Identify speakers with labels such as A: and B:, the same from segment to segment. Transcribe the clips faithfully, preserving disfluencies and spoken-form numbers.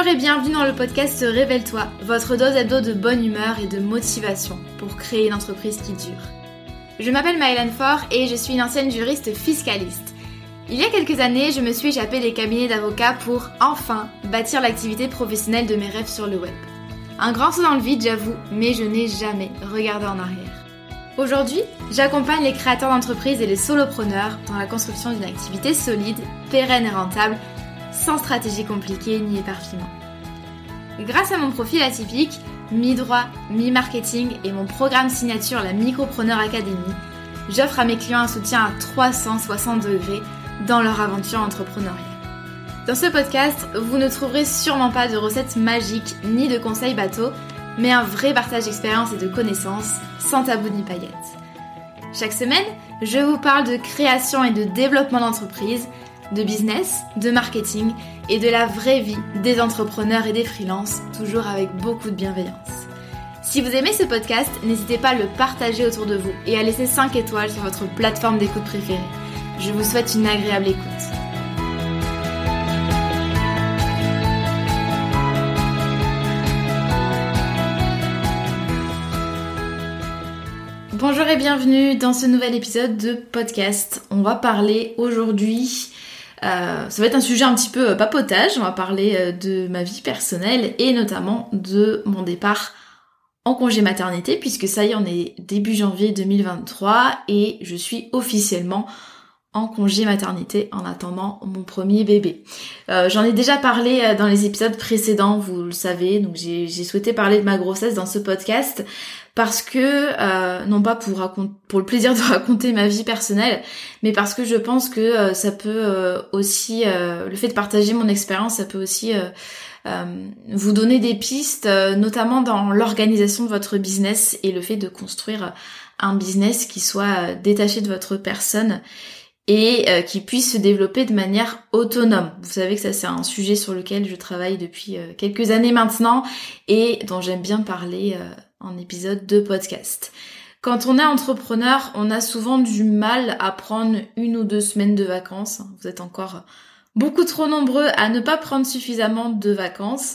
A: Bonjour et bienvenue dans le podcast Révèle-toi, votre dose hebdo de bonne humeur et de motivation pour créer une entreprise qui dure. Je m'appelle Maëlène Faure et je suis une ancienne juriste fiscaliste. Il y a quelques années, je me suis échappée des cabinets d'avocats pour enfin bâtir l'activité professionnelle de mes rêves sur le web. Un grand saut dans le vide, j'avoue, mais je n'ai jamais regardé en arrière. Aujourd'hui, j'accompagne les créateurs d'entreprises et les solopreneurs dans la construction d'une activité solide, pérenne et rentable, sans stratégie compliquée ni éparpillement. Grâce à mon profil atypique, mi-droit, mi-marketing et mon programme signature, la Micropreneur Academy, j'offre à mes clients un soutien à trois cent soixante degrés dans leur aventure entrepreneuriale. Dans ce podcast, vous ne trouverez sûrement pas de recettes magiques ni de conseils bateaux, mais un vrai partage d'expériences et de connaissances, sans tabou ni paillettes. Chaque semaine, je vous parle de création et de développement d'entreprise, de business, de marketing et de la vraie vie des entrepreneurs et des freelances, toujours avec beaucoup de bienveillance. Si vous aimez ce podcast, n'hésitez pas à le partager autour de vous et à laisser cinq étoiles sur votre plateforme d'écoute préférée. Je vous souhaite une agréable écoute. Bonjour et bienvenue dans ce nouvel épisode de podcast. On va parler aujourd'hui... Euh, ça va être un sujet un petit peu papotage, on va parler euh, de ma vie personnelle et notamment de mon départ en congé maternité puisque ça y est, on est début janvier deux mille vingt-trois et je suis officiellement en congé maternité en attendant mon premier bébé. Euh, j'en ai déjà parlé dans les épisodes précédents, vous le savez, donc j'ai, j'ai souhaité parler de ma grossesse dans ce podcast parce que, euh, non pas pour raconter, pour le plaisir de raconter ma vie personnelle, mais parce que je pense que euh, ça peut euh, aussi, euh, le fait de partager mon expérience, ça peut aussi euh, euh, vous donner des pistes, euh, notamment dans l'organisation de votre business et le fait de construire un business qui soit détaché de votre personne et euh, qui puisse se développer de manière autonome. Vous savez que ça c'est un sujet sur lequel je travaille depuis euh, quelques années maintenant et dont j'aime bien parler euh, en épisode de podcast. Quand on est entrepreneur, on a souvent du mal à prendre une ou deux semaines de vacances. Vous êtes encore beaucoup trop nombreux à ne pas prendre suffisamment de vacances.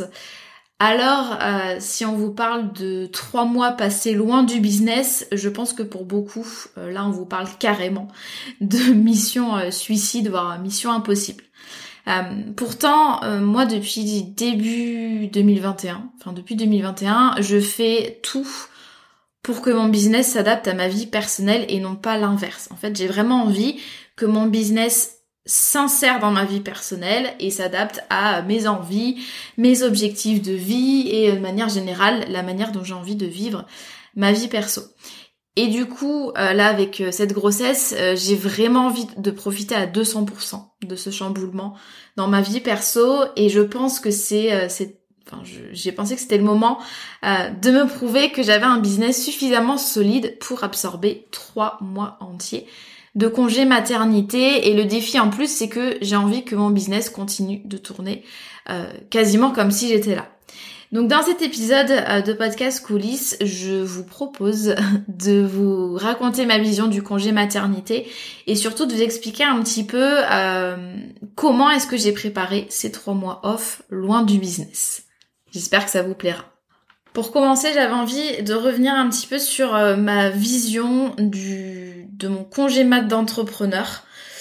A: Alors, euh, si on vous parle de trois mois passés loin du business, je pense que pour beaucoup, euh, là on vous parle carrément de mission euh, suicide, voire mission impossible. Euh, pourtant, euh, moi depuis début deux mille vingt et un, enfin depuis deux mille vingt et un, je fais tout pour que mon business s'adapte à ma vie personnelle et non pas l'inverse. En fait, j'ai vraiment envie que mon business s'insère dans ma vie personnelle et s'adapte à mes envies, mes objectifs de vie et de manière générale, la manière dont j'ai envie de vivre ma vie perso. Et du coup, euh, là, avec euh, cette grossesse, euh, j'ai vraiment envie de profiter à deux cents pour cent de ce chamboulement dans ma vie perso et je pense que c'est... Euh, c'est enfin, je, j'ai pensé que c'était le moment euh, de me prouver que j'avais un business suffisamment solide pour absorber trois mois entiers de congé maternité. Et le défi en plus, c'est que j'ai envie que mon business continue de tourner euh, quasiment comme si j'étais là. Donc dans cet épisode de podcast coulisses, je vous propose de vous raconter ma vision du congé maternité et surtout de vous expliquer un petit peu euh, comment est-ce que j'ai préparé ces trois mois off loin du business. J'espère que ça vous plaira. Pour commencer, j'avais envie de revenir un petit peu sur euh, ma vision du de mon congé mat d'entrepreneur.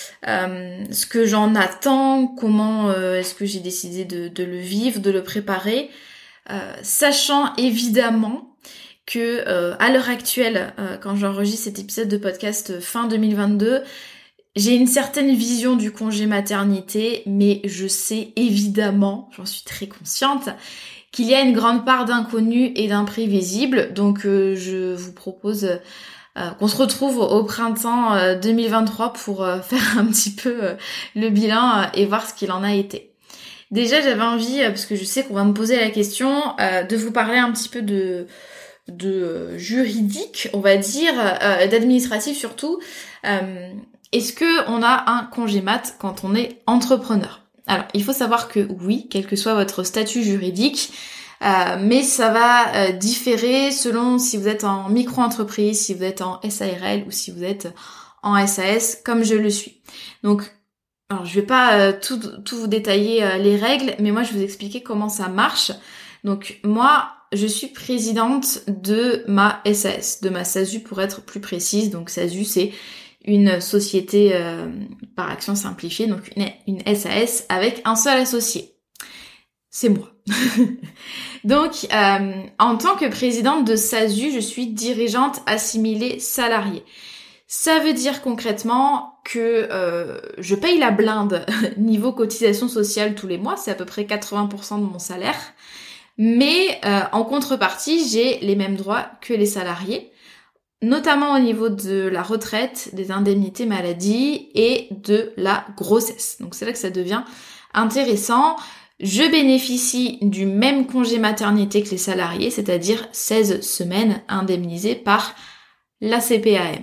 A: Euh, ce que j'en attends, comment euh, est-ce que j'ai décidé de, de le vivre, de le préparer. Euh, sachant évidemment que euh, à l'heure actuelle, euh, quand j'enregistre cet épisode de podcast fin deux mille vingt-deux, j'ai une certaine vision du congé maternité, mais je sais évidemment, j'en suis très consciente, qu'il y a une grande part d'inconnu et d'imprévisible. Donc euh, je vous propose euh, qu'on se retrouve au printemps euh, deux mille vingt-trois pour euh, faire un petit peu euh, le bilan euh, et voir ce qu'il en a été. Déjà, j'avais envie, parce que je sais qu'on va me poser la question, euh, de vous parler un petit peu de, de euh, juridique, on va dire, euh, d'administratif surtout. Euh, est-ce que on a un congé mat quand on est entrepreneur ? Alors, il faut savoir que oui, quel que soit votre statut juridique, euh, mais ça va euh, différer selon si vous êtes en micro-entreprise, si vous êtes en S A R L ou si vous êtes en S A S, comme je le suis. Donc, Alors je vais pas euh, tout, tout vous détailler euh, les règles, mais moi je vais vous expliquer comment ça marche. Donc moi, je suis présidente de ma S A S, de ma S A S U pour être plus précise. Donc S A S U, c'est une société euh, par action simplifiée, donc une, une S A S avec un seul associé. C'est moi. Donc, euh, en tant que présidente de S A S U, je suis dirigeante assimilée salariée. Ça veut dire concrètement que euh, je paye la blinde niveau cotisation sociale tous les mois, c'est à peu près quatre-vingts pour cent de mon salaire. Mais euh, en contrepartie, j'ai les mêmes droits que les salariés, notamment au niveau de la retraite, des indemnités maladie et de la grossesse. Donc c'est là que ça devient intéressant. Je bénéficie du même congé maternité que les salariés, c'est-à-dire seize semaines indemnisées par la C P A M.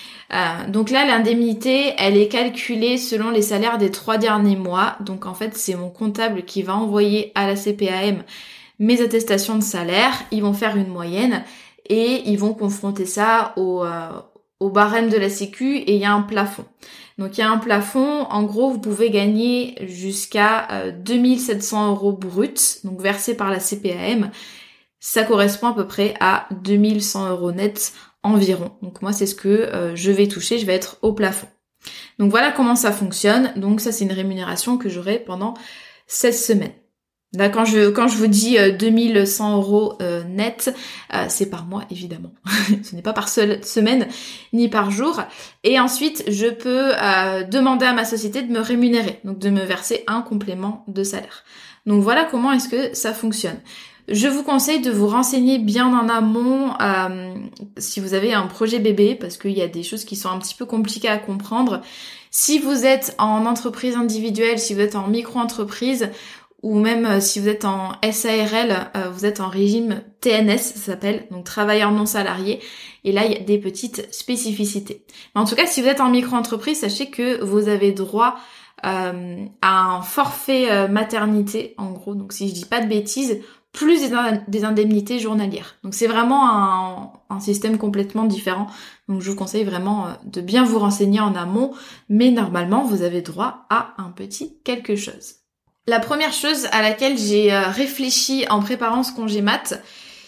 A: Euh, donc là, l'indemnité, elle est calculée selon les salaires des trois derniers mois. Donc en fait, c'est mon comptable qui va envoyer à la C P A M mes attestations de salaire. Ils vont faire une moyenne et ils vont confronter ça au, euh, au barème de la Sécu et il y a un plafond. Donc il y a un plafond, en gros vous pouvez gagner jusqu'à euh, deux mille sept cents euros bruts, donc versés par la C P A M. Ça correspond à peu près à deux mille cent euros net environ. Donc moi c'est ce que euh, je vais toucher, je vais être au plafond. Donc voilà comment ça fonctionne. Donc ça c'est une rémunération que j'aurai pendant seize semaines. Là, quand je quand je vous dis euh, deux mille cent euros euh, net, euh, c'est par mois évidemment. Ce n'est pas par seule semaine ni par jour. Et ensuite, je peux euh, demander à ma société de me rémunérer, donc de me verser un complément de salaire. Donc voilà comment est-ce que ça fonctionne. Je vous conseille de vous renseigner bien en amont euh, si vous avez un projet bébé, parce qu'il y a des choses qui sont un petit peu compliquées à comprendre. Si vous êtes en entreprise individuelle, si vous êtes en micro-entreprise, ou même si vous êtes en S A R L, euh, vous êtes en régime T N S, ça s'appelle, donc travailleur non salarié, et là il y a des petites spécificités. Mais en tout cas, si vous êtes en micro-entreprise, sachez que vous avez droit euh, à un forfait euh, maternité, en gros, donc si je dis pas de bêtises, plus des, in- des indemnités journalières. Donc c'est vraiment un, un système complètement différent, donc je vous conseille vraiment euh, de bien vous renseigner en amont, mais normalement vous avez droit à un petit quelque chose. La première chose à laquelle j'ai euh, réfléchi en préparant ce congé mat,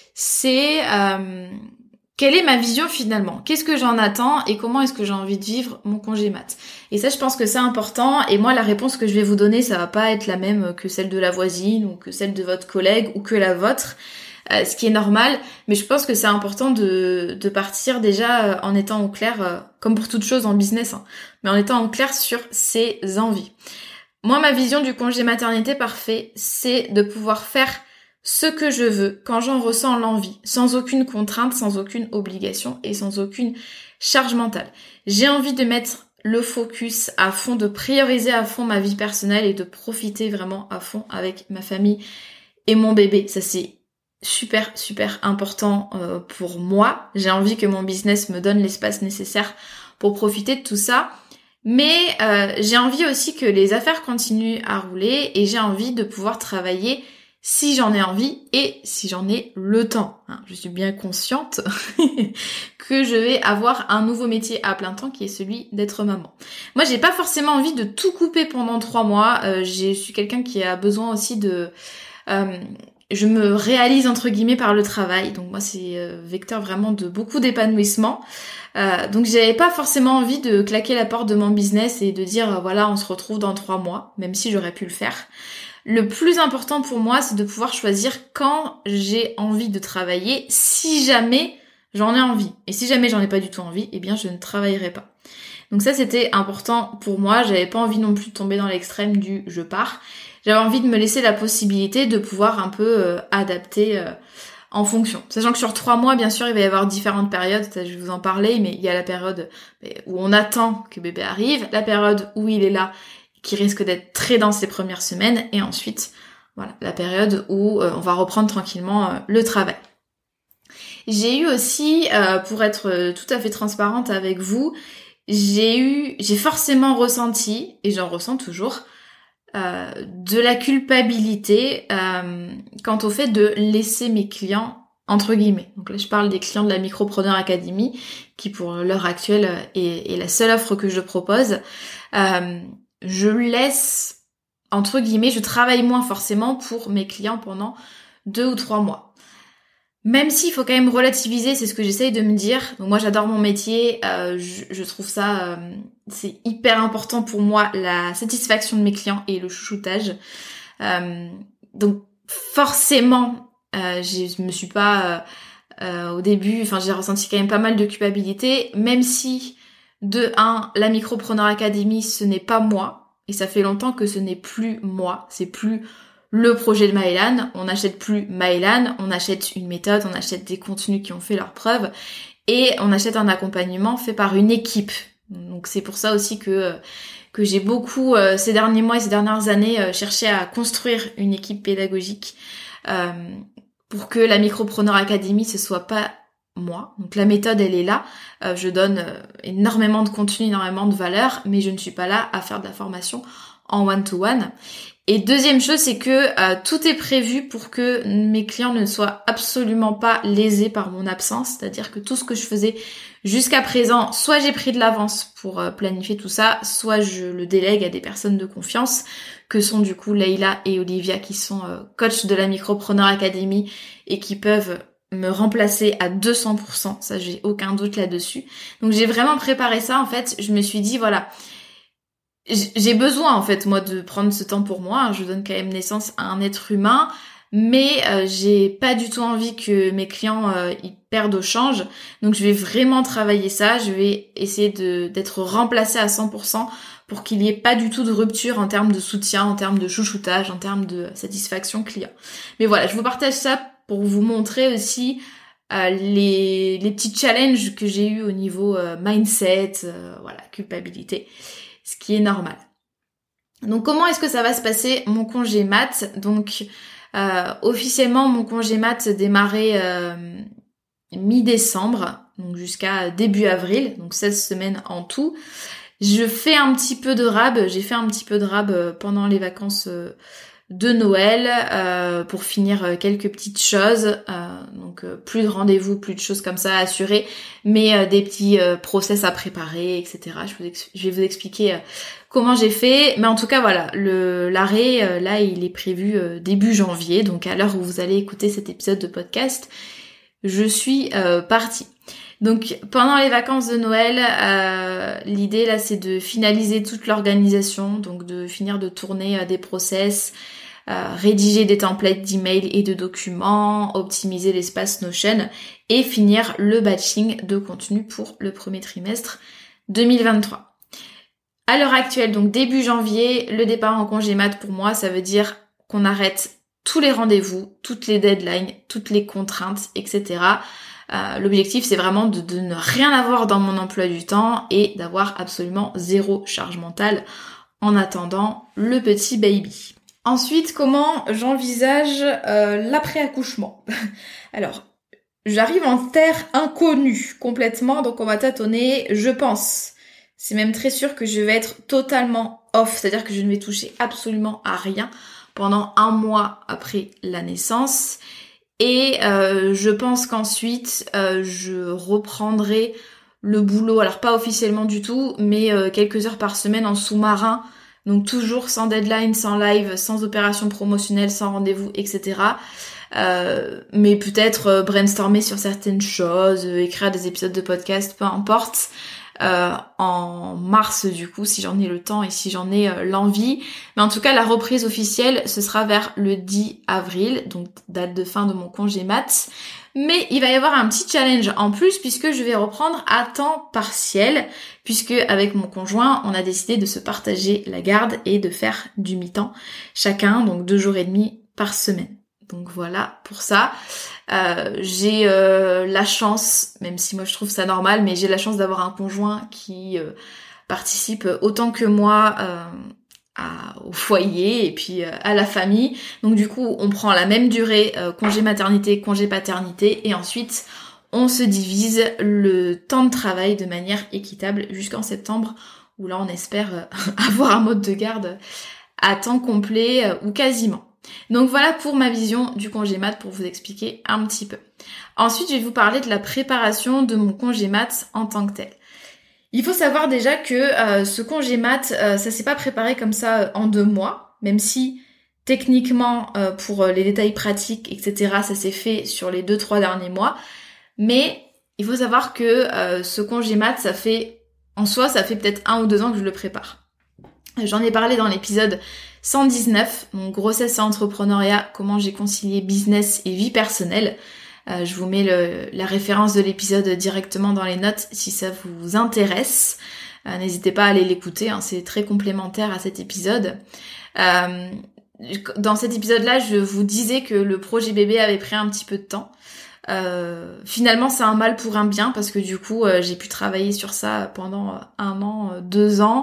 A: c'est euh, quelle est ma vision finalement ? Qu'est-ce que j'en attends et comment est-ce que j'ai envie de vivre mon congé mat ? Et ça, je pense que c'est important. Et moi, la réponse que je vais vous donner, ça va pas être la même que celle de la voisine ou que celle de votre collègue ou que la vôtre, euh, ce qui est normal. Mais je pense que c'est important de, de partir déjà euh, en étant au clair, euh, comme pour toute chose en business, hein, mais en étant au clair sur ses envies. Moi, ma vision du congé maternité parfait, c'est de pouvoir faire ce que je veux quand j'en ressens l'envie, sans aucune contrainte, sans aucune obligation et sans aucune charge mentale. J'ai envie de mettre le focus à fond, de prioriser à fond ma vie personnelle et de profiter vraiment à fond avec ma famille et mon bébé. Ça, c'est super, super important euh, pour moi. J'ai envie que mon business me donne l'espace nécessaire pour profiter de tout ça. Mais euh, j'ai envie aussi que les affaires continuent à rouler et j'ai envie de pouvoir travailler si j'en ai envie et si j'en ai le temps. Hein, je suis bien consciente que je vais avoir un nouveau métier à plein temps qui est celui d'être maman. Moi, j'ai pas forcément envie de tout couper pendant trois mois. Euh, je suis quelqu'un qui a besoin aussi de... Euh, je me réalise entre guillemets par le travail. Donc moi, c'est euh, vecteur vraiment de beaucoup d'épanouissement. Euh, donc j'avais pas forcément envie de claquer la porte de mon business et de dire euh, voilà on se retrouve dans trois mois, même si j'aurais pu le faire. Le plus important pour moi c'est de pouvoir choisir quand j'ai envie de travailler, si jamais j'en ai envie. Et si jamais j'en ai pas du tout envie, eh bien je ne travaillerai pas. Donc ça c'était important pour moi, j'avais pas envie non plus de tomber dans l'extrême du je pars. J'avais envie de me laisser la possibilité de pouvoir un peu euh, adapter euh, en fonction. Sachant que sur trois mois, bien sûr, il va y avoir différentes périodes, ça, je vais vous en parler, mais il y a la période où on attend que bébé arrive, la période où il est là, qui risque d'être très dans ses premières semaines, et ensuite, voilà, la période où euh, on va reprendre tranquillement euh, le travail. J'ai eu aussi, euh, pour être euh, tout à fait transparente avec vous, j'ai eu, j'ai forcément ressenti, et j'en ressens toujours, Euh, de la culpabilité euh, quant au fait de laisser mes clients entre guillemets. Donc là je parle des clients de la Micropreneur Academy qui pour l'heure actuelle est, est la seule offre que je propose. Euh, je laisse, entre guillemets, je travaille moins forcément pour mes clients pendant deux ou trois mois. Même s'il faut quand même relativiser, c'est ce que j'essaye de me dire. Donc moi j'adore mon métier, euh, je, je trouve ça, euh, c'est hyper important pour moi, la satisfaction de mes clients et le chouchoutage. Euh, donc forcément, euh, je me suis pas, euh, euh, au début, enfin j'ai ressenti quand même pas mal de culpabilité, même si de un, la Micropreneur Academy ce n'est pas moi, et ça fait longtemps que ce n'est plus moi, c'est plus le projet de Maëlan, on n'achète plus Maëlan, on achète une méthode, on achète des contenus qui ont fait leurs preuves et on achète un accompagnement fait par une équipe. Donc c'est pour ça aussi que que j'ai beaucoup euh, ces derniers mois et ces dernières années euh, cherché à construire une équipe pédagogique euh, pour que la Micropreneur Academy ce soit pas moi. Donc la méthode elle est là, euh, je donne euh, énormément de contenu, énormément de valeur, mais je ne suis pas là à faire de la formation en one-to-one. Et deuxième chose, c'est que euh, tout est prévu pour que mes clients ne soient absolument pas lésés par mon absence. C'est-à-dire que tout ce que je faisais jusqu'à présent, soit j'ai pris de l'avance pour euh, planifier tout ça, soit je le délègue à des personnes de confiance, que sont du coup Leïla et Olivia, qui sont euh, coachs de la Micropreneur Academy et qui peuvent me remplacer à deux cents pour cent. Ça, j'ai aucun doute là-dessus. Donc j'ai vraiment préparé ça. En fait, je me suis dit, voilà, j'ai besoin en fait moi de prendre ce temps pour moi, je donne quand même naissance à un être humain, mais euh, j'ai pas du tout envie que mes clients euh, ils perdent au change, donc je vais vraiment travailler ça, je vais essayer de d'être remplacée à cent pour cent pour qu'il y ait pas du tout de rupture en termes de soutien, en termes de chouchoutage, en termes de satisfaction client. Mais voilà, je vous partage ça pour vous montrer aussi euh, les, les petits challenges que j'ai eu au niveau euh, mindset, euh, voilà, culpabilité. Ce qui est normal. Donc comment est-ce que ça va se passer mon congé mat? Donc euh, officiellement mon congé mat démarrait euh, mi-décembre, donc jusqu'à début avril, donc seize semaines en tout. Je fais un petit peu de rab, j'ai fait un petit peu de rab pendant les vacances de Noël euh, pour finir quelques petites choses, euh, donc euh, plus de rendez-vous, plus de choses comme ça à assurer, mais euh, des petits euh, process à préparer, et cetera. Je, vous ex- je vais vous expliquer euh, comment j'ai fait, mais en tout cas voilà, le l'arrêt euh, là il est prévu euh, début janvier, donc à l'heure où vous allez écouter cet épisode de podcast, je suis euh, partie. Donc pendant les vacances de Noël, euh, l'idée là c'est de finaliser toute l'organisation, donc de finir de tourner euh, des process, euh, rédiger des templates d'email et de documents, optimiser l'espace Notion et finir le batching de contenu pour le premier trimestre deux mille vingt-trois. À l'heure actuelle, donc début janvier, le départ en congé mat pour moi, ça veut dire qu'on arrête tous les rendez-vous, toutes les deadlines, toutes les contraintes, et cetera. Euh, l'objectif c'est vraiment de, de ne rien avoir dans mon emploi du temps et d'avoir absolument zéro charge mentale en attendant le petit baby. Ensuite, comment j'envisage euh, l'après-accouchement? Alors, j'arrive en terre inconnue complètement, donc on va tâtonner, je pense. C'est même très sûr que je vais être totalement off, c'est-à-dire que je ne vais toucher absolument à rien pendant un mois après la naissance. Et euh, je pense qu'ensuite, euh, je reprendrai le boulot, alors pas officiellement du tout, mais euh, quelques heures par semaine en sous-marin, donc toujours sans deadline, sans live, sans opération promotionnelle, sans rendez-vous, et cetera. Euh, mais peut-être euh, brainstormer sur certaines choses, euh, écrire des épisodes de podcast, peu importe. Euh, en mars du coup, si j'en ai le temps et si j'en ai euh, l'envie. Mais en tout cas, la reprise officielle, ce sera vers le dix avril, donc date de fin de mon congé mat. Mais il va y avoir un petit challenge en plus puisque je vais reprendre à temps partiel, puisque avec mon conjoint, on a décidé de se partager la garde et de faire du mi-temps chacun, donc deux jours et demi par semaine. Donc voilà pour ça. Euh, j'ai euh, la chance, même si moi je trouve ça normal, mais j'ai la chance d'avoir un conjoint qui euh, participe autant que moi euh, à, au foyer et puis euh, à la famille. Donc du coup, on prend la même durée, euh, congé maternité, congé paternité, et ensuite on se divise le temps de travail de manière équitable jusqu'en septembre, où là on espère euh, avoir un mode de garde à temps complet euh, ou quasiment. Donc voilà pour ma vision du congé mat, pour vous expliquer un petit peu. Ensuite, je vais vous parler de la préparation de mon congé mat en tant que tel. Il faut savoir déjà que euh, ce congé mat, euh, ça s'est pas préparé comme ça euh, en deux mois, même si techniquement, euh, pour les détails pratiques, et cetera, ça s'est fait sur les deux, trois derniers mois. Mais il faut savoir que euh, ce congé mat, ça fait, en soi, ça fait peut-être un ou deux ans que je le prépare. J'en ai parlé dans l'épisode cent dix-neuf, donc grossesse et entrepreneuriat, comment j'ai concilié business et vie personnelle. Euh, je vous mets le, la référence de l'épisode directement dans les notes si ça vous intéresse. Euh, n'hésitez pas à aller l'écouter, hein, c'est très complémentaire à cet épisode. Euh, dans cet épisode-là, je vous disais que le projet bébé avait pris un petit peu de temps. Euh, finalement, c'est un mal pour un bien parce que du coup, euh, j'ai pu travailler sur ça pendant un an, deux ans.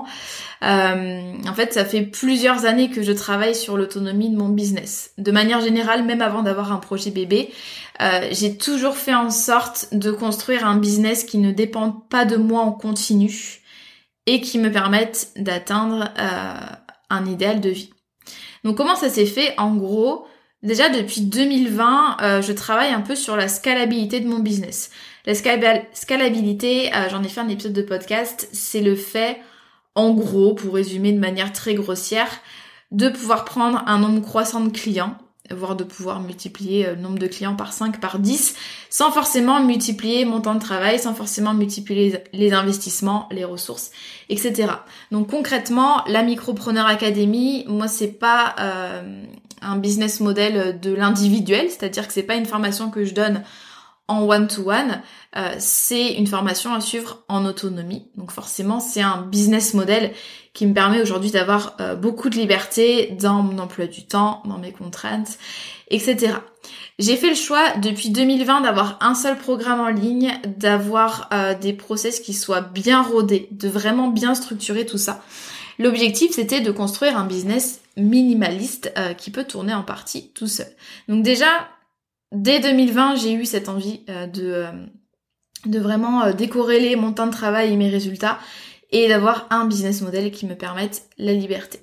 A: Euh, en fait, ça fait plusieurs années que je travaille sur l'autonomie de mon business. De manière générale, même avant d'avoir un projet bébé, euh, j'ai toujours fait en sorte de construire un business qui ne dépend pas de moi en continu et qui me permette d'atteindre euh, un idéal de vie. Donc comment ça s'est fait? En gros, déjà depuis deux mille vingt, euh, je travaille un peu sur la scalabilité de mon business. La scal- scalabilité, euh, j'en ai fait un épisode de podcast, c'est le fait, en gros, pour résumer de manière très grossière, de pouvoir prendre un nombre croissant de clients, voire de pouvoir multiplier le nombre de clients par cinq, par dix, sans forcément multiplier mon temps de travail, sans forcément multiplier les investissements, les ressources, et cetera. Donc concrètement, la Micropreneur Academy, moi c'est pas euh, un business model de l'individuel, c'est-à-dire que c'est pas une formation que je donne en one-to-one, euh, c'est une formation à suivre en autonomie. Donc forcément, c'est un business model qui me permet aujourd'hui d'avoir euh, beaucoup de liberté dans mon emploi du temps, dans mes contraintes, et cetera. J'ai fait le choix depuis deux mille vingt d'avoir un seul programme en ligne, d'avoir euh, des process qui soient bien rodés, de vraiment bien structurer tout ça. L'objectif, c'était de construire un business minimaliste euh, qui peut tourner en partie tout seul. Donc déjà, dès deux mille vingt, j'ai eu cette envie euh, de, euh, de vraiment euh, décorréler mon temps de travail et mes résultats et d'avoir un business model qui me permette la liberté.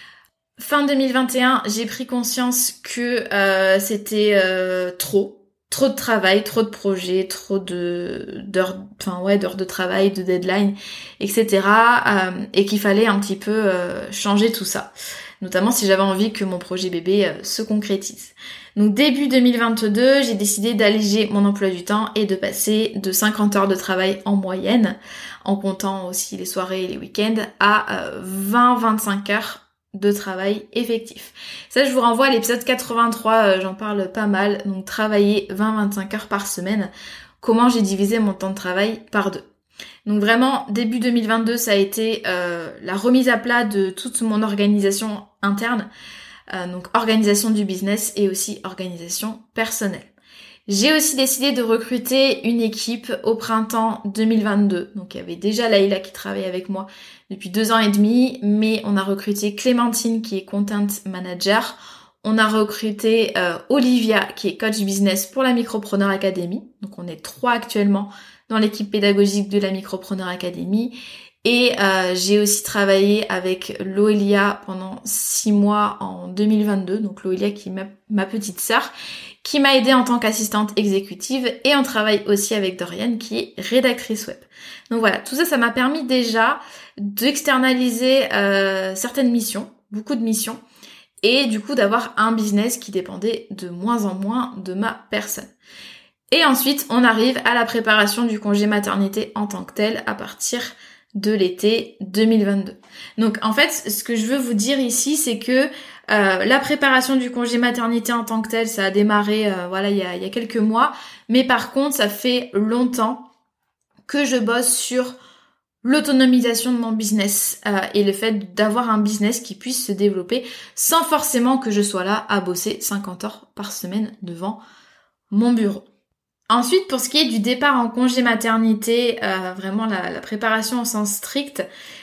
A: Fin deux mille vingt et un, j'ai pris conscience que euh, c'était euh, trop, trop de travail, trop de projets, trop de d'heures, enfin ouais, d'heures de travail, de deadline, et cetera. Euh, et qu'il fallait un petit peu euh, changer tout ça, notamment si j'avais envie que mon projet bébé euh, se concrétise. Donc début deux mille vingt-deux, j'ai décidé d'alléger mon emploi du temps et de passer de cinquante heures de travail en moyenne, en comptant aussi les soirées et les week-ends, à euh, vingt à vingt-cinq heures de travail effectif. Ça, je vous renvoie à l'épisode quatre-vingt-trois, euh, j'en parle pas mal. Donc travailler vingt à vingt-cinq heures par semaine, comment j'ai divisé mon temps de travail par deux. Donc vraiment, début deux mille vingt-deux, ça a été euh, la remise à plat de toute mon organisation interne, euh, donc organisation du business et aussi organisation personnelle. J'ai aussi décidé de recruter une équipe au printemps deux mille vingt-deux. Donc il y avait déjà Laïla qui travaillait avec moi depuis deux ans et demi, mais on a recruté Clémentine qui est Content Manager. On a recruté euh, Olivia qui est Coach Business pour la Micropreneur Academy. Donc on est trois actuellement dans l'équipe pédagogique de la Micropreneur Academy. Et euh, j'ai aussi travaillé avec Loelia pendant six mois en deux mille vingt-deux. Donc Loelia qui est ma, ma petite sœur, qui m'a aidée en tant qu'assistante exécutive, et on travaille aussi avec Dorian qui est rédactrice web. Donc voilà, tout ça, ça m'a permis déjà d'externaliser euh, certaines missions, beaucoup de missions, et du coup d'avoir un business qui dépendait de moins en moins de ma personne. Et ensuite, on arrive à la préparation du congé maternité en tant que tel à partir de l'été deux mille vingt-deux. Donc en fait, ce que je veux vous dire ici, c'est que Euh, la préparation du congé maternité en tant que tel, ça a démarré euh, voilà il y a, il y a quelques mois, mais par contre ça fait longtemps que je bosse sur l'autonomisation de mon business euh, et le fait d'avoir un business qui puisse se développer sans forcément que je sois là à bosser cinquante heures par semaine devant mon bureau. Ensuite, pour ce qui est du départ en congé maternité, euh, vraiment la, la préparation au sens strict,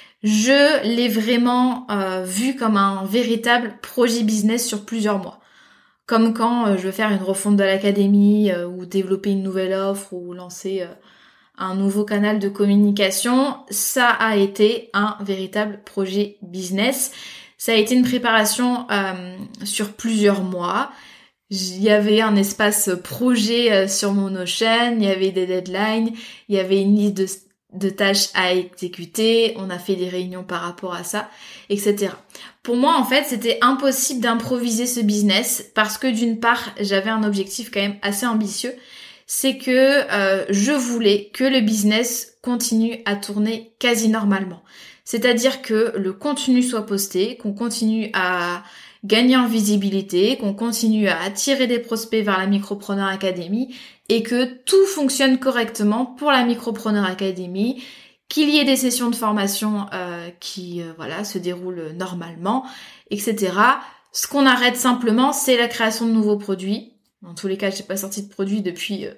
A: je l'ai vraiment euh, vu comme un véritable projet business sur plusieurs mois. Comme quand euh, je veux faire une refonte de l'académie euh, ou développer une nouvelle offre ou lancer euh, un nouveau canal de communication, ça a été un véritable projet business. Ça a été une préparation euh, sur plusieurs mois. Il y avait un espace projet euh, sur mon Notion, il y avait des deadlines, il y avait une liste de de tâches à exécuter, on a fait des réunions par rapport à ça, et cetera. Pour moi, en fait, c'était impossible d'improviser ce business parce que d'une part, j'avais un objectif quand même assez ambitieux, c'est que euh, je voulais que le business continue à tourner quasi normalement. C'est-à-dire que le contenu soit posté, qu'on continue à gagner en visibilité, qu'on continue à attirer des prospects vers la Micropreneur Academy et que tout fonctionne correctement pour la Micropreneur Academy, qu'il y ait des sessions de formation euh, qui euh, voilà se déroulent normalement, et cetera. Ce qu'on arrête simplement, c'est la création de nouveaux produits. Dans tous les cas, j'ai pas sorti de produits depuis euh,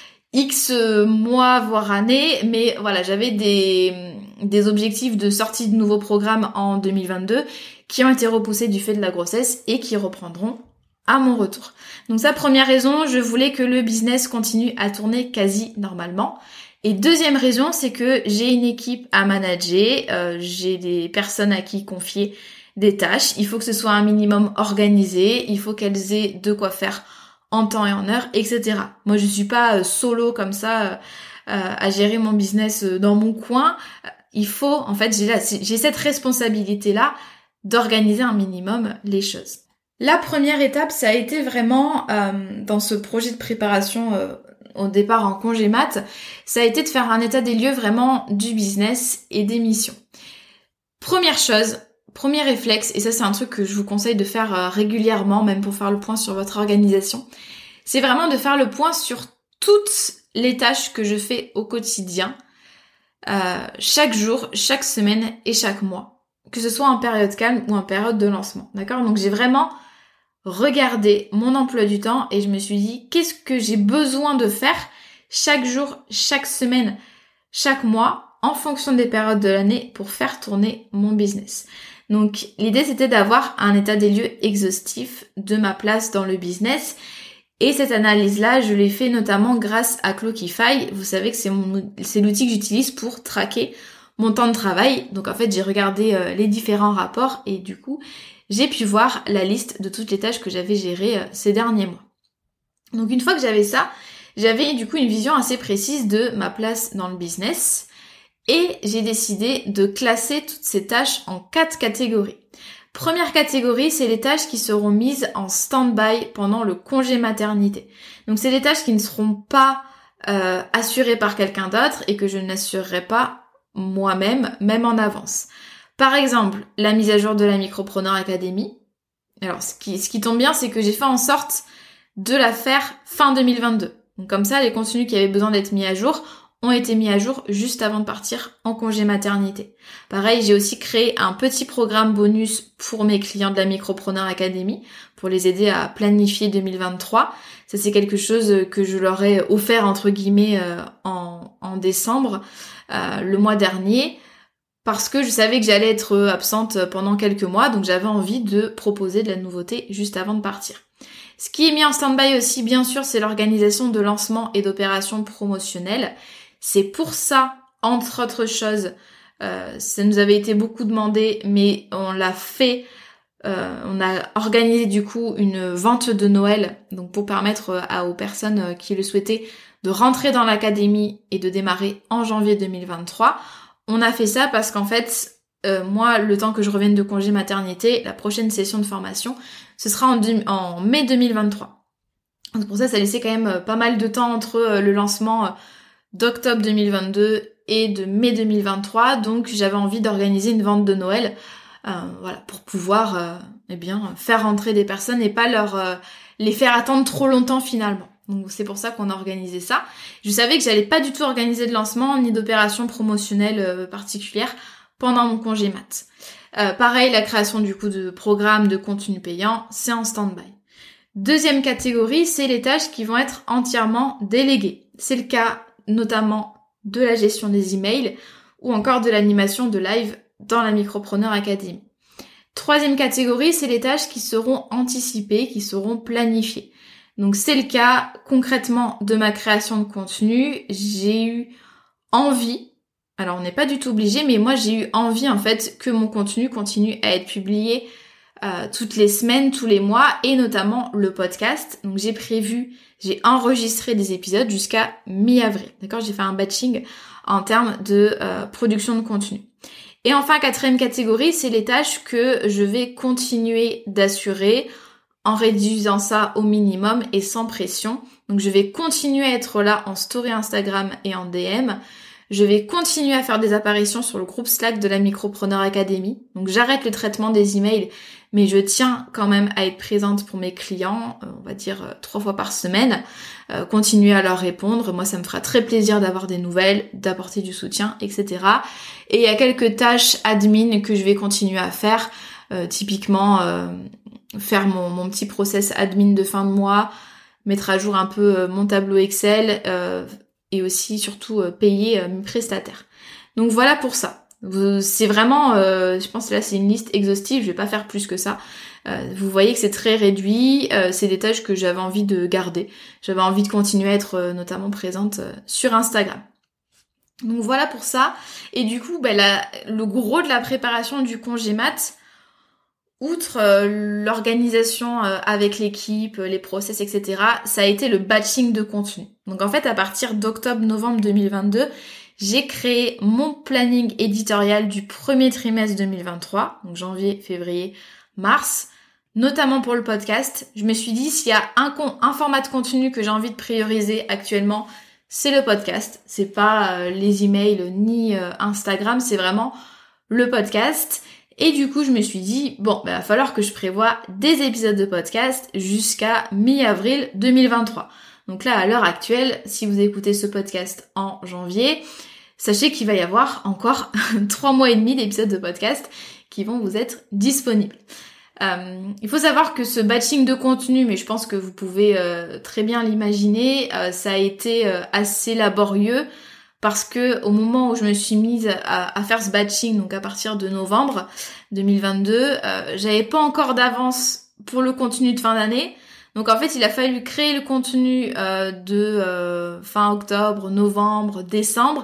A: X mois, voire années, mais voilà, j'avais des, des objectifs de sortie de nouveaux programmes en deux mille vingt-deux qui ont été repoussés du fait de la grossesse et qui reprendront à mon retour. Donc ça, première raison, je voulais que le business continue à tourner quasi normalement. Et deuxième raison, c'est que j'ai une équipe à manager, euh, j'ai des personnes à qui confier des tâches, il faut que ce soit un minimum organisé, il faut qu'elles aient de quoi faire en temps et en heure, et cetera. Moi, je suis pas euh, solo comme ça euh, euh, à gérer mon business euh, dans mon coin. Il faut, en fait, j'ai, la, j'ai cette responsabilité-là d'organiser un minimum les choses. La première étape, ça a été vraiment, euh, dans ce projet de préparation euh, au départ en congé mat, ça a été de faire un état des lieux vraiment du business et des missions. Première chose, premier réflexe, et ça c'est un truc que je vous conseille de faire euh, régulièrement, même pour faire le point sur votre organisation, c'est vraiment de faire le point sur toutes les tâches que je fais au quotidien, euh, chaque jour, chaque semaine et chaque mois, que ce soit en période calme ou en période de lancement, d'accord ? Donc j'ai vraiment regardé mon emploi du temps et je me suis dit qu'est-ce que j'ai besoin de faire chaque jour, chaque semaine, chaque mois, en fonction des périodes de l'année pour faire tourner mon business. Donc l'idée c'était d'avoir un état des lieux exhaustif de ma place dans le business. Et cette analyse-là, je l'ai fait notamment grâce à Clockify. Vous savez que c'est, mon, c'est l'outil que j'utilise pour traquer mon temps de travail. Donc en fait, j'ai regardé euh, les différents rapports et du coup, j'ai pu voir la liste de toutes les tâches que j'avais gérées euh, ces derniers mois. Donc une fois que j'avais ça, j'avais du coup une vision assez précise de ma place dans le business. Et j'ai décidé de classer toutes ces tâches en quatre catégories. Première catégorie, c'est les tâches qui seront mises en stand-by pendant le congé maternité. Donc c'est des tâches qui ne seront pas euh, assurées par quelqu'un d'autre et que je n'assurerai pas moi-même, même en avance. Par exemple, la mise à jour de la Micropreneur Academy. Alors ce qui, ce qui tombe bien, c'est que j'ai fait en sorte de la faire fin deux mille vingt-deux. Donc comme ça, les contenus qui avaient besoin d'être mis à jour ont été mis à jour juste avant de partir en congé maternité. Pareil, j'ai aussi créé un petit programme bonus pour mes clients de la Micropreneur Academy pour les aider à planifier deux mille vingt-trois. Ça, c'est quelque chose que je leur ai offert entre guillemets euh, en, en décembre, euh, le mois dernier, parce que je savais que j'allais être absente pendant quelques mois, donc j'avais envie de proposer de la nouveauté juste avant de partir. Ce qui est mis en stand-by aussi, bien sûr, c'est l'organisation de lancements et d'opérations promotionnelles. C'est pour ça, entre autres choses, euh, ça nous avait été beaucoup demandé, mais on l'a fait, euh, on a organisé du coup une vente de Noël, donc pour permettre à, aux personnes qui le souhaitaient de rentrer dans l'académie et de démarrer en janvier deux mille vingt-trois. On a fait ça parce qu'en fait, euh, moi, le temps que je revienne de congé maternité, la prochaine session de formation, ce sera en, deux, en mai deux mille vingt-trois. Donc pour ça, ça laissait quand même pas mal de temps entre le lancement d'octobre deux mille vingt-deux et de mai deux mille vingt-trois, donc j'avais envie d'organiser une vente de Noël, euh, voilà, pour pouvoir, euh, eh bien, faire rentrer des personnes et pas leur euh, les faire attendre trop longtemps finalement. Donc c'est pour ça qu'on a organisé ça. Je savais que j'allais pas du tout organiser de lancement ni d'opération promotionnelle euh, particulière pendant mon congé mat. Euh, pareil, la création du coup de programmes de contenu payant, c'est en stand-by. Deuxième catégorie, c'est les tâches qui vont être entièrement déléguées. C'est le cas notamment de la gestion des emails ou encore de l'animation de live dans la Micropreneur Academy. Troisième catégorie, c'est les tâches qui seront anticipées, qui seront planifiées. Donc c'est le cas concrètement de ma création de contenu. J'ai eu envie, alors on n'est pas du tout obligé, mais moi j'ai eu envie en fait que mon contenu continue à être publié euh, toutes les semaines, tous les mois, et notamment le podcast. Donc j'ai prévu, j'ai enregistré des épisodes jusqu'à mi-avril. D'accord ? J'ai fait un batching en termes de euh, production de contenu. Et enfin, quatrième catégorie, c'est les tâches que je vais continuer d'assurer en réduisant ça au minimum et sans pression. Donc je vais continuer à être là en story Instagram et en D M. Je vais continuer à faire des apparitions sur le groupe Slack de la Micropreneur Academy. Donc j'arrête le traitement des emails, mais je tiens quand même à être présente pour mes clients, euh, on va dire euh, trois fois par semaine, euh, continuer à leur répondre. Moi, ça me fera très plaisir d'avoir des nouvelles, d'apporter du soutien, et cetera. Et il y a quelques tâches admin que je vais continuer à faire, euh, typiquement euh, faire mon, mon petit process admin de fin de mois, mettre à jour un peu euh, mon tableau Excel, euh, et aussi surtout euh, payer euh, mes prestataires. Donc voilà pour ça. C'est vraiment, euh, je pense que là c'est une liste exhaustive, je vais pas faire plus que ça. Euh, vous voyez que c'est très réduit, euh, c'est des tâches que j'avais envie de garder. J'avais envie de continuer à être euh, notamment présente euh, sur Instagram. Donc voilà pour ça. Et du coup, bah, la, le gros de la préparation du congé mat, outre euh, l'organisation euh, avec l'équipe, les process, et cetera, ça a été le batching de contenu. Donc en fait, à partir d'octobre-novembre deux mille vingt-deux, j'ai créé mon planning éditorial du premier trimestre deux mille vingt-trois, donc janvier, février, mars, notamment pour le podcast. Je me suis dit, s'il y a un, con- un format de contenu que j'ai envie de prioriser actuellement, c'est le podcast. C'est pas euh, les emails ni euh, Instagram, c'est vraiment le podcast. Et du coup, je me suis dit, bon, bah, il va falloir que je prévoie des épisodes de podcast jusqu'à mi-avril deux mille vingt-trois. Donc là, à l'heure actuelle, si vous écoutez ce podcast en janvier, sachez qu'il va y avoir encore trois mois et demi d'épisodes de podcast qui vont vous être disponibles. Euh, il faut savoir que ce batching de contenu, mais je pense que vous pouvez euh, très bien l'imaginer, euh, ça a été euh, assez laborieux. Parce que au moment où je me suis mise à, à faire ce batching, donc à partir de novembre deux mille vingt-deux, euh, j'avais pas encore d'avance pour le contenu de fin d'année. Donc en fait, il a fallu créer le contenu euh, de euh, fin octobre, novembre, décembre,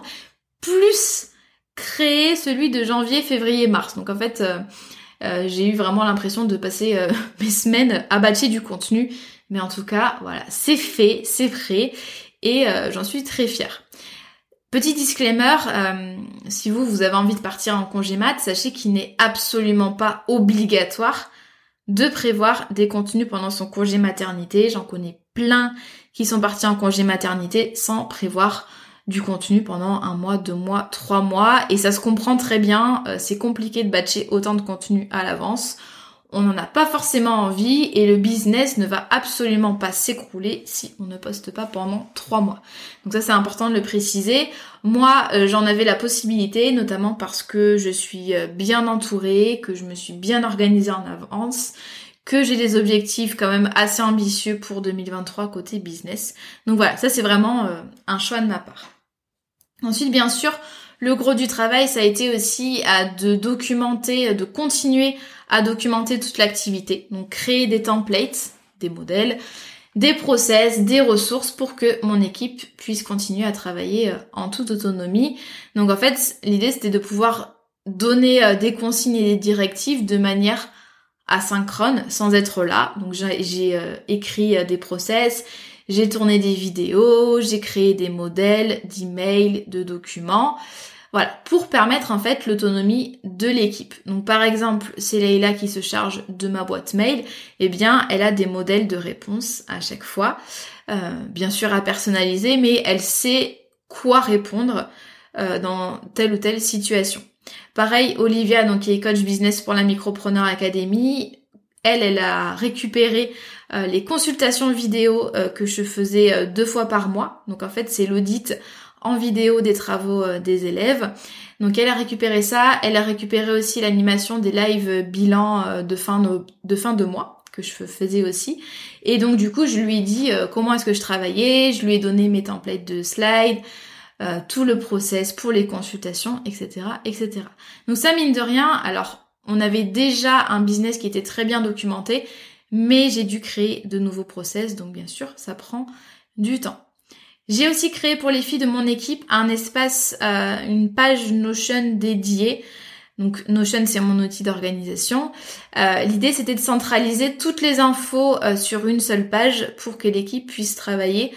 A: plus créer celui de janvier, février, mars. Donc en fait, euh, euh, j'ai eu vraiment l'impression de passer euh, mes semaines à batcher du contenu. Mais en tout cas, voilà, c'est fait, c'est prêt et euh, j'en suis très fière. Petit disclaimer, euh, si vous, vous avez envie de partir en congé mat, sachez qu'il n'est absolument pas obligatoire de prévoir des contenus pendant son congé maternité. J'en connais plein qui sont partis en congé maternité sans prévoir du contenu pendant un mois, deux mois, trois mois. Et ça se comprend très bien, euh, c'est compliqué de batcher autant de contenu à l'avance. On n'en a pas forcément envie et le business ne va absolument pas s'écrouler si on ne poste pas pendant trois mois. Donc ça c'est important de le préciser. Moi euh, j'en avais la possibilité, notamment parce que je suis bien entourée, que je me suis bien organisée en avance, que j'ai des objectifs quand même assez ambitieux pour deux mille vingt-trois côté business. Donc voilà, ça c'est vraiment euh, un choix de ma part. Ensuite bien sûr, le gros du travail ça a été aussi à de documenter, de continuer à documenter toute l'activité. Donc créer des templates, des modèles, des process, des ressources pour que mon équipe puisse continuer à travailler en toute autonomie. Donc en fait, l'idée c'était de pouvoir donner des consignes et des directives de manière asynchrone, sans être là. Donc j'ai, j'ai euh, écrit des process, j'ai tourné des vidéos, j'ai créé des modèles d'emails, de documents. Voilà, pour permettre en fait l'autonomie de l'équipe. Donc par exemple, c'est Leïla qui se charge de ma boîte mail, eh bien elle a des modèles de réponse à chaque fois, euh, bien sûr à personnaliser, mais elle sait quoi répondre euh, dans telle ou telle situation. Pareil, Olivia, donc qui est coach business pour la Micropreneur Academy, elle, elle a récupéré euh, les consultations vidéo euh, que je faisais euh, deux fois par mois. Donc en fait, c'est l'audit en vidéo des travaux euh, des élèves. Donc elle a récupéré ça, elle a récupéré aussi l'animation des lives bilan euh, de fin de, de fin de mois que je faisais aussi. Et donc du coup, je lui ai dit euh, comment est-ce que je travaillais, je lui ai donné mes templates de slides, euh, tout le process pour les consultations, et cetera, et cetera. Donc ça, mine de rien, alors on avait déjà un business qui était très bien documenté, mais j'ai dû créer de nouveaux process, donc bien sûr, ça prend du temps. J'ai aussi créé pour les filles de mon équipe un espace, euh, une page Notion dédiée. Donc Notion, c'est mon outil d'organisation. Euh, l'idée, c'était de centraliser toutes les infos euh, sur une seule page pour que l'équipe puisse travailler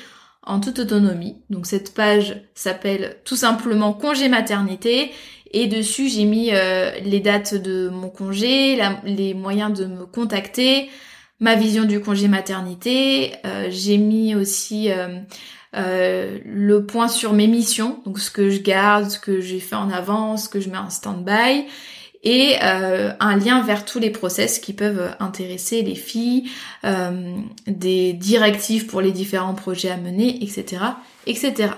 A: en toute autonomie. Donc cette page s'appelle tout simplement congé maternité et dessus j'ai mis euh, les dates de mon congé, la, les moyens de me contacter, ma vision du congé maternité. Euh, j'ai mis aussi euh, euh, le point sur mes missions, donc ce que je garde, ce que j'ai fait en avance, ce que je mets en stand-by. Et euh, un lien vers tous les process qui peuvent intéresser les filles, euh, des directives pour les différents projets à mener, et cetera, et cetera.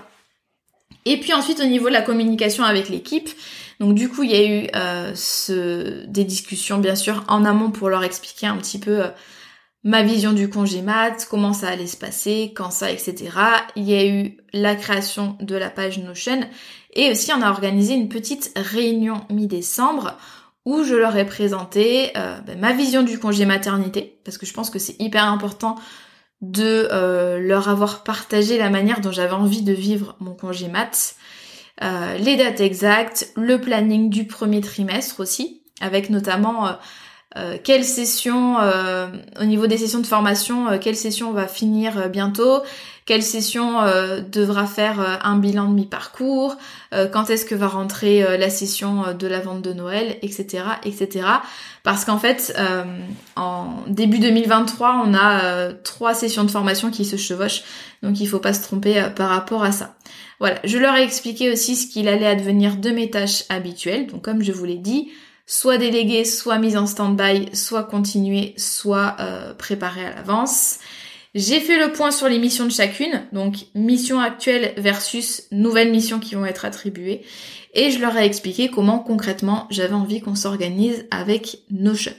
A: Et puis ensuite au niveau de la communication avec l'équipe, donc du coup il y a eu euh, ce, des discussions bien sûr en amont pour leur expliquer un petit peu euh, ma vision du congé mat, comment ça allait se passer, quand ça, et cetera. Il y a eu la création de la page Notion et aussi on a organisé une petite réunion mi-décembre où je leur ai présenté euh, ben, ma vision du congé maternité, parce que je pense que c'est hyper important de euh, leur avoir partagé la manière dont j'avais envie de vivre mon congé mat, euh, les dates exactes, le planning du premier trimestre aussi, avec notamment euh, euh, quelle session, euh, au niveau des sessions de formation, euh, quelle session on va finir euh, bientôt, quelle session euh, devra faire euh, un bilan de mi-parcours, euh, quand est-ce que va rentrer euh, la session euh, de la vente de Noël, et cetera, et cetera. Parce qu'en fait, euh, en début deux mille vingt-trois, on a euh, trois sessions de formation qui se chevauchent, donc il faut pas se tromper euh, par rapport à ça. Voilà, je leur ai expliqué aussi ce qu'il allait advenir de mes tâches habituelles, donc comme je vous l'ai dit, soit déléguée, soit mise en stand-by, soit continuer, soit euh, préparée à l'avance. J'ai fait le point sur les missions de chacune, donc mission actuelle versus nouvelles missions qui vont être attribuées, et je leur ai expliqué comment concrètement j'avais envie qu'on s'organise avec Notion.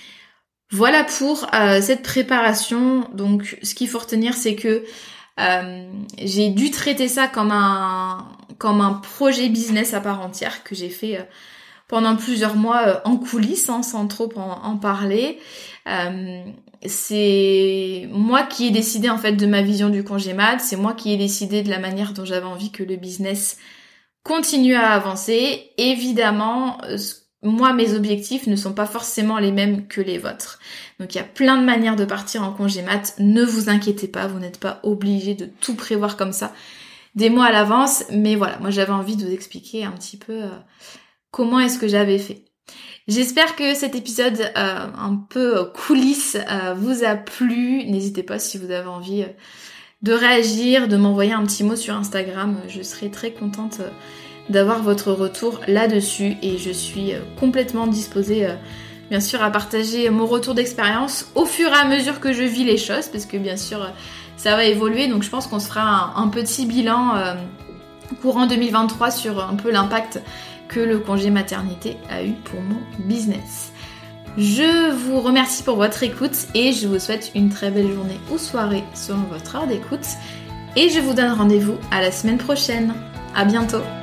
A: Voilà pour euh, cette préparation. Donc ce qu'il faut retenir, c'est que euh, j'ai dû traiter ça comme un comme un projet business à part entière que j'ai fait euh, pendant plusieurs mois euh, en coulisses, hein, sans trop en, en parler. Euh, c'est moi qui ai décidé en fait de ma vision du congé mat, c'est moi qui ai décidé de la manière dont j'avais envie que le business continue à avancer. Évidemment, euh, moi mes objectifs ne sont pas forcément les mêmes que les vôtres. Donc il y a plein de manières de partir en congé mat, ne vous inquiétez pas, vous n'êtes pas obligés de tout prévoir comme ça des mois à l'avance, mais voilà, moi j'avais envie de vous expliquer un petit peu euh, comment est-ce que j'avais fait. J'espère que cet épisode euh, un peu euh, coulisses euh, vous a plu. N'hésitez pas si vous avez envie euh, de réagir, de m'envoyer un petit mot sur Instagram. Je serai très contente euh, d'avoir votre retour là-dessus et je suis euh, complètement disposée euh, bien sûr à partager mon retour d'expérience au fur et à mesure que je vis les choses, parce que bien sûr euh, ça va évoluer, donc je pense qu'on se fera un, un petit bilan euh, courant deux mille vingt-trois sur un peu l'impact que le congé maternité a eu pour mon business. Je vous remercie pour votre écoute et je vous souhaite une très belle journée ou soirée selon votre heure d'écoute et je vous donne rendez-vous à la semaine prochaine. À bientôt.